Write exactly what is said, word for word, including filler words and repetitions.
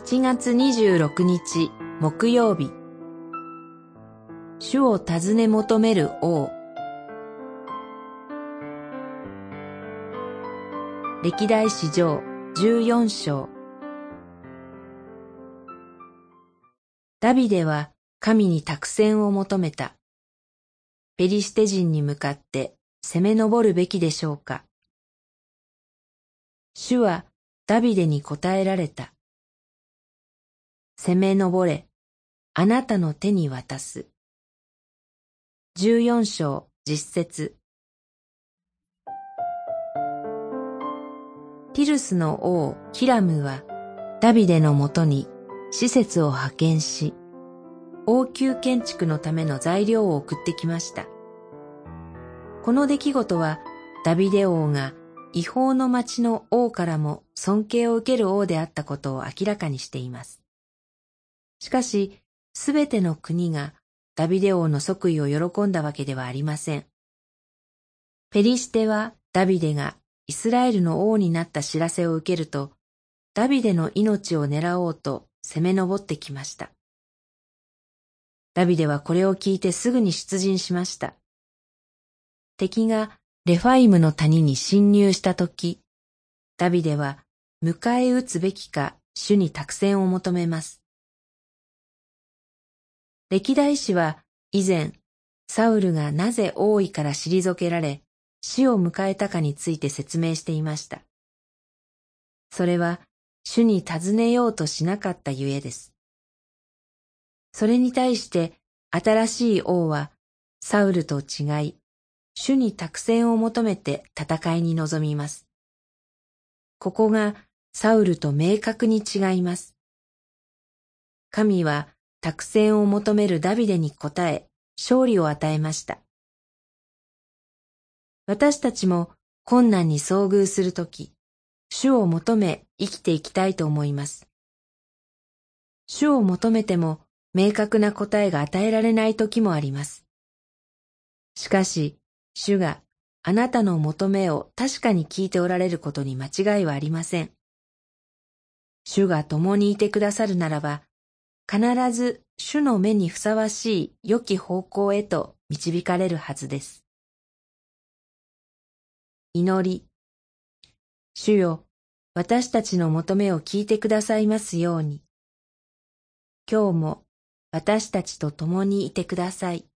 ちがつにじゅうろくにち木曜日。主を尋ね求める王。歴代史上じゅうよんしょう。ダビデは神に託戦を求めた。ペリシテ人に向かって攻め上るべきでしょうか。主はダビデに答えられた。攻め上れ、あなたの手に渡す。じゅうよんしょう実節。ティルスの王ヒラムはダビデのもとに使節を派遣し、王宮建築のための材料を送ってきました。この出来事はダビデ王が違法の町の王からも尊敬を受ける王であったことを明らかにしています。しかし、すべての国がダビデ王の即位を喜んだわけではありません。ペリシテはダビデがイスラエルの王になった知らせを受けると、ダビデの命を狙おうと攻め上ってきました。ダビデはこれを聞いてすぐに出陣しました。敵がレファイムの谷に侵入したとき、ダビデは迎え撃つべきか主に託戦を求めます。歴代史は以前、サウルがなぜ王位から退けられ、死を迎えたかについて説明していました。それは主に尋ねようとしなかったゆえです。それに対して新しい王はサウルと違い、主に託戦を求めて戦いに臨みます。ここがサウルと明確に違います。神は託戦を求めるダビデに応え、勝利を与えました。私たちも困難に遭遇するとき、主を求め生きていきたいと思います。主を求めても明確な答えが与えられないときもあります。しかし、主があなたの求めを確かに聞いておられることに間違いはありません。主が共にいてくださるならば、必ず主の目にふさわしい良き方向へと導かれるはずです。祈り。主よ、私たちの求めを聞いてくださいますように。今日も私たちと共にいてください。